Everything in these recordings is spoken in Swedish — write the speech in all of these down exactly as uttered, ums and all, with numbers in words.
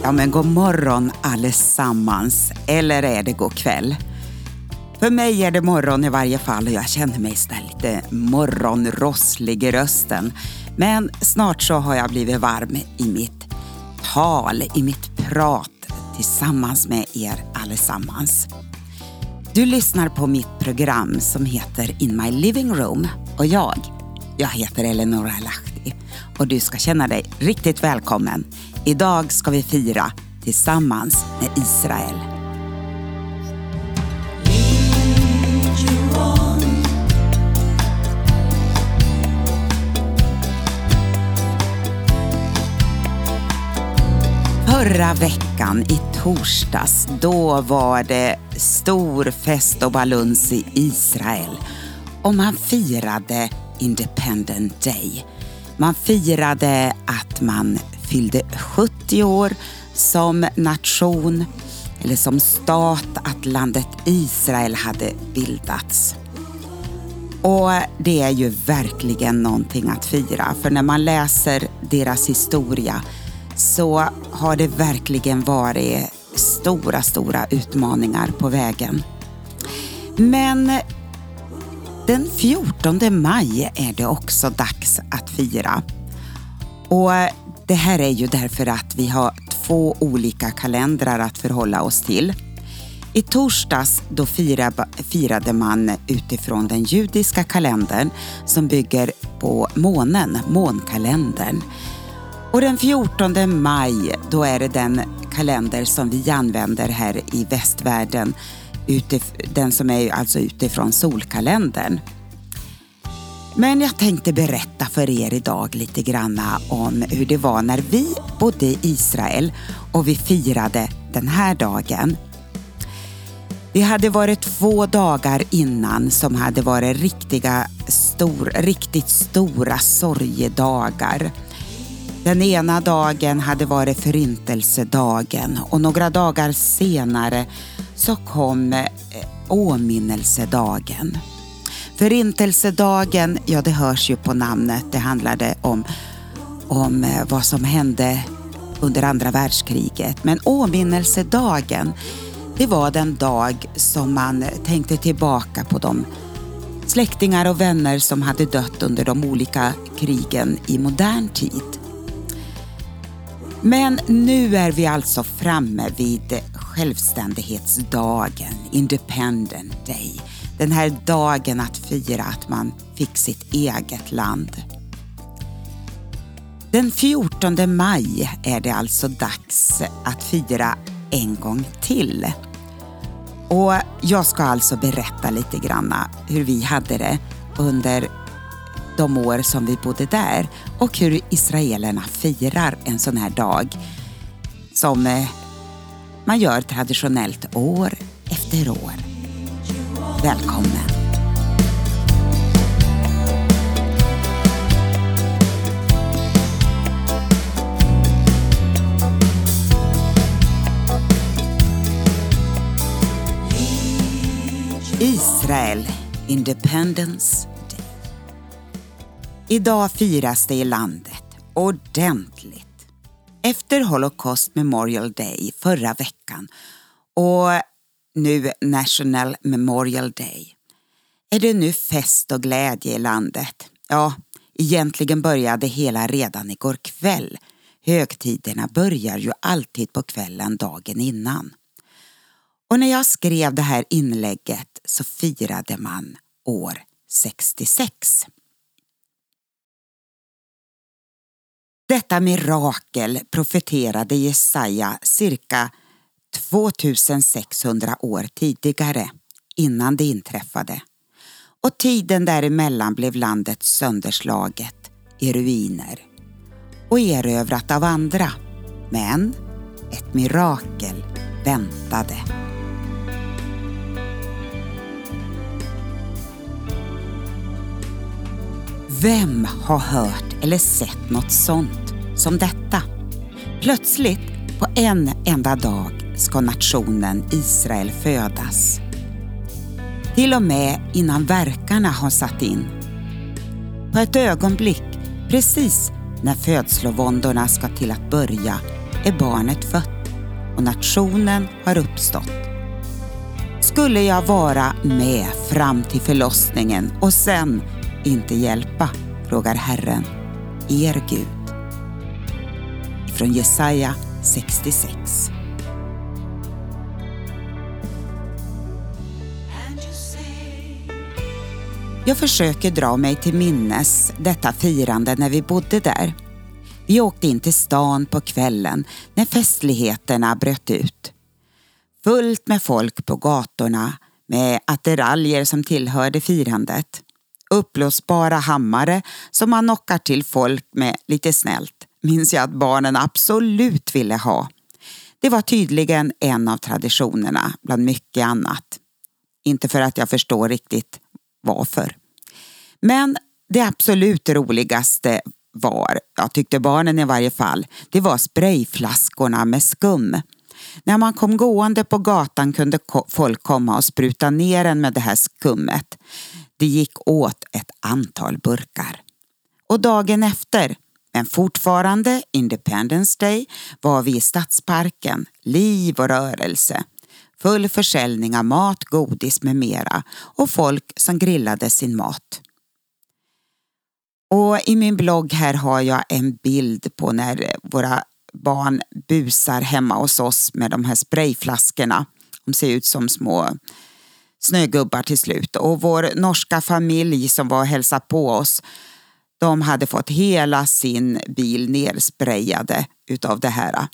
Ja, men god morgon allesammans. Eller är det god kväll? För mig är det morgon i varje fall och jag känner mig så lite morgonrosslig i rösten. Men snart så har jag blivit varm i mitt tal, i mitt prat tillsammans med er allesammans. Du lyssnar på mitt program som heter In My Living Room och jag, jag heter Eleonora Lahti och du ska känna dig riktigt välkommen. Idag ska vi fira tillsammans med Israel. Förra veckan i torsdags, då var det stor fest och baluns i Israel. Och man firade Independent Day. Man firade att man fyllde sjuttio år som nation eller som stat, att landet Israel hade bildats. Och det är ju verkligen någonting att fira, för när man läser deras historia så har det verkligen varit stora, stora utmaningar på vägen. Men den fjortonde maj är det också dags att fira. Och det här är ju därför att vi har två olika kalendrar att förhålla oss till. I torsdags då firade man utifrån den judiska kalendern som bygger på månen, månkalendern. Och den fjortonde maj då är det den kalender som vi använder här i västvärlden, utif- den som är alltså utifrån solkalendern. Men jag tänkte berätta för er idag lite granna om hur det var när vi bodde i Israel och vi firade den här dagen. Det hade varit två dagar innan som hade varit riktiga stor, riktigt stora sorgedagar. Den ena dagen hade varit förintelsedagen och några dagar senare så kom åminnelsedagen. Förintelsedagen, ja det hörs ju på namnet, det handlade om, om vad som hände under andra världskriget. Men åminnelsedagen, det var den dag som man tänkte tillbaka på de släktingar och vänner som hade dött under de olika krigen i modern tid. Men nu är vi alltså framme vid självständighetsdagen, Independent Day. Den här dagen att fira att man fick sitt eget land. Den fjortonde maj är det alltså dags att fira en gång till. Och jag ska alltså berätta lite granna hur vi hade det under de år som vi bodde där och hur israelerna firar en sån här dag som man gör traditionellt år efter år. Välkommen! Israel, Independence Day. Idag firas det i landet ordentligt. Efter Holocaust Memorial Day förra veckan och nu National Memorial Day är det nu fest och glädje i landet. Ja, egentligen började hela redan igår kväll. Högtiderna börjar ju alltid på kvällen dagen innan. Och när jag skrev det här inlägget så firade man år sextiosex. Detta mirakel profeterade Jesaja cirka tvåtusensexhundra år tidigare, innan det inträffade. Och tiden däremellan blev landet sönderslaget i ruiner och erövrat av andra. Men ett mirakel väntade. Vem har hört eller sett något sånt som detta? Plötsligt på en enda dag ska nationen Israel födas. Till och med innan verkarna har satt in. På ett ögonblick, precis när födslovåndorna ska till att börja, är barnet fött. och nationen har uppstått. Skulle jag vara med fram till förlossningen och sen inte hjälpa, frågar Herren, er Gud. Från Jesaja sextiosex. Jag försöker dra mig till minnes detta firande när vi bodde där. Vi åkte in till stan på kvällen när festligheterna bröt ut. Fullt med folk på gatorna med attiraljer som tillhörde firandet. Uppblåsbara hammare som man knockar till folk med lite snällt. Minns jag att barnen absolut ville ha. Det var tydligen en av traditionerna bland mycket annat. Inte för att jag förstår riktigt varför. Men det absolut roligaste var, jag tyckte barnen i varje fall, det var sprayflaskorna med skum. När man kom gående på gatan kunde folk komma och spruta ner en med det här skummet. Det gick åt ett antal burkar. Och dagen efter, men fortfarande Independence Day, var vi i Stadsparken, liv och rörelse. Full försäljning av mat, godis med mera och folk som grillade sin mat. Och i min blogg här har jag en bild på när våra barn busar hemma hos oss med de här sprayflaskorna. De ser ut som små snögubbar till slut. Och vår norska familj som var och hälsade på oss, de hade fått hela sin bil nersprayade utav det här.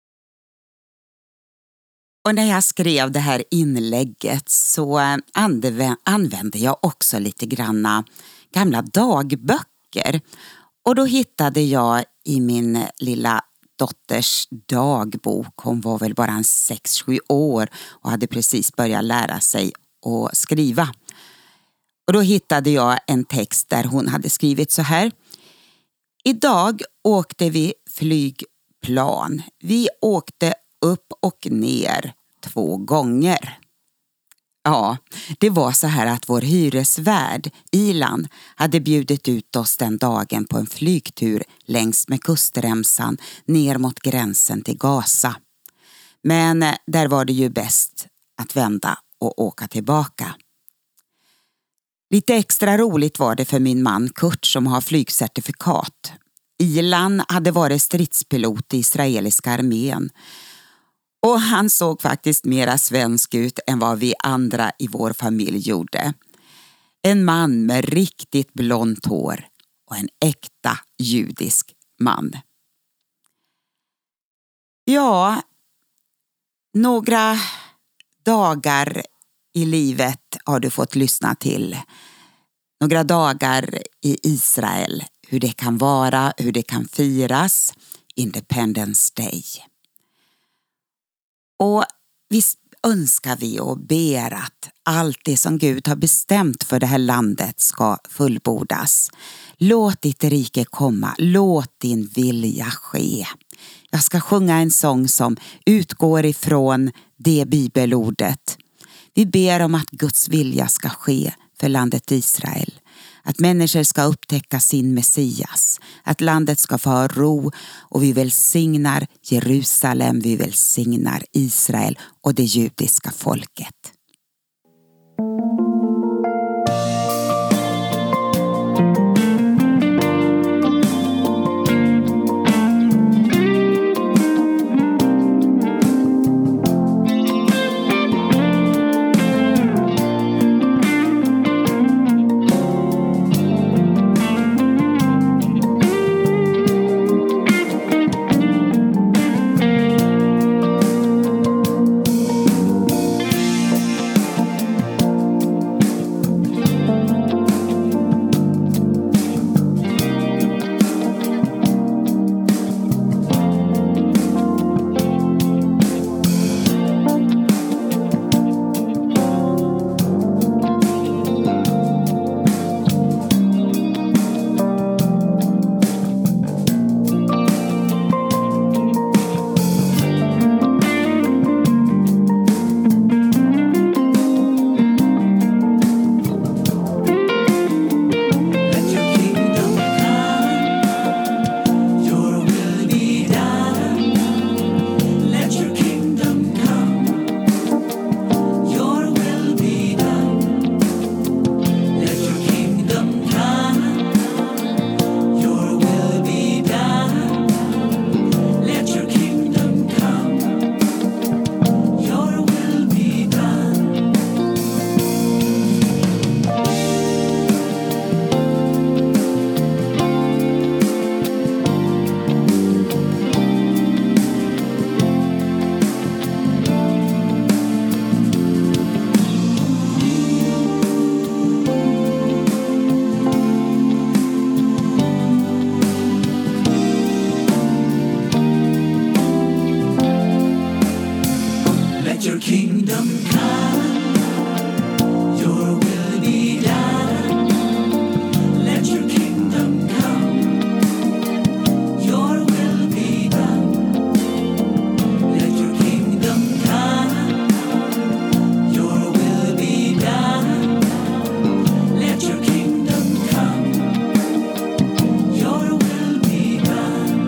Och när jag skrev det här inlägget så använde jag också lite granna gamla dagböcker. Och då hittade jag i min lilla dotters dagbok, hon var väl bara en sex sju år och hade precis börjat lära sig att skriva. Och då hittade jag en text där hon hade skrivit så här. Idag åkte vi flygplan. Vi åkte upp och ner två gånger. Ja, det var så här att vår hyresvärd, Ilan, hade bjudit ut oss den dagen på en flygtur längs med kustremsan ner mot gränsen till Gaza. Men där var det ju bäst att vända och åka tillbaka. Lite extra roligt var det för min man Kurt som har flygcertifikat. Ilan hade varit stridspilot i israeliska armén. Och han såg faktiskt mera svensk ut än vad vi andra i vår familj gjorde. En man med riktigt blont hår och en äkta judisk man. Ja, några dagar i livet har du fått lyssna till. Några dagar i Israel, hur det kan vara, hur det kan firas, Independence Day. Och visst önskar vi och ber att allt det som Gud har bestämt för det här landet ska fullbordas. Låt ditt rike komma, låt din vilja ske. Jag ska sjunga en sång som utgår ifrån det bibelordet. Vi ber om att Guds vilja ska ske för landet Israel. Att människor ska upptäcka sin Messias. Att landet ska få ha ro och vi välsignar Jerusalem, vi välsignar Israel och det judiska folket. Let your kingdom come, your will be done. Let your kingdom come, your will be done. Let your kingdom come, your will be done. Let your kingdom come, your will be done.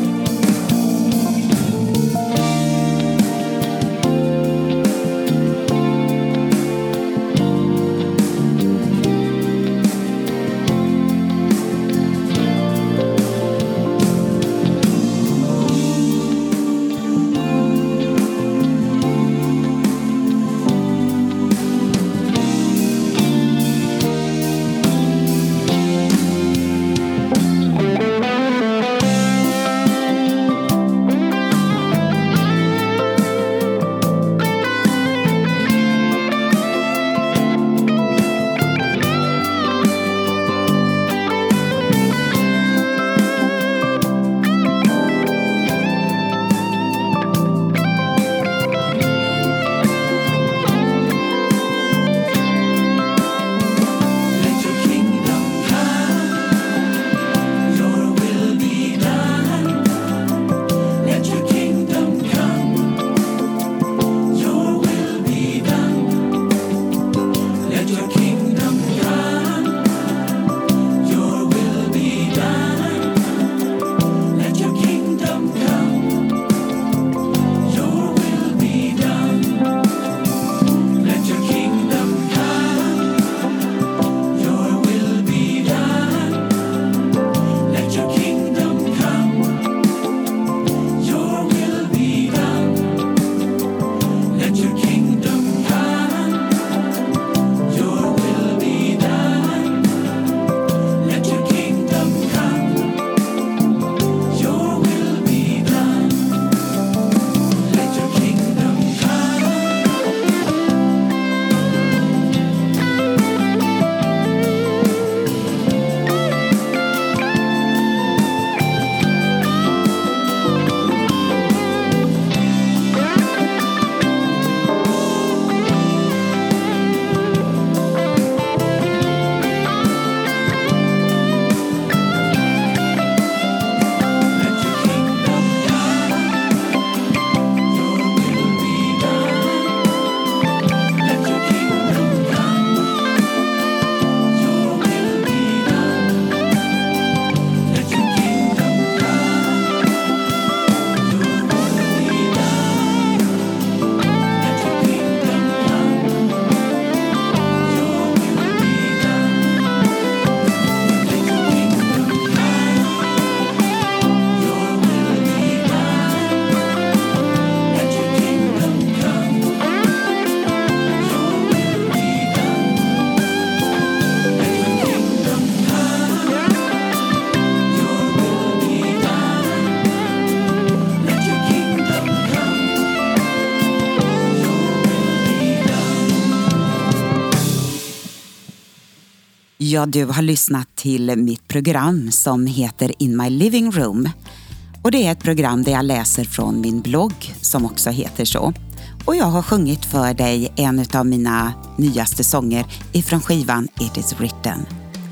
Ja, du har lyssnat till mitt program som heter In My Living Room. Och det är ett program där jag läser från min blogg som också heter så. Och jag har sjungit för dig en av mina nyaste sånger ifrån skivan It Is Written.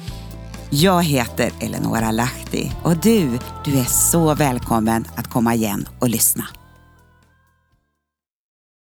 Jag heter Eleonora Lahti och du, du är så välkommen att komma igen och lyssna.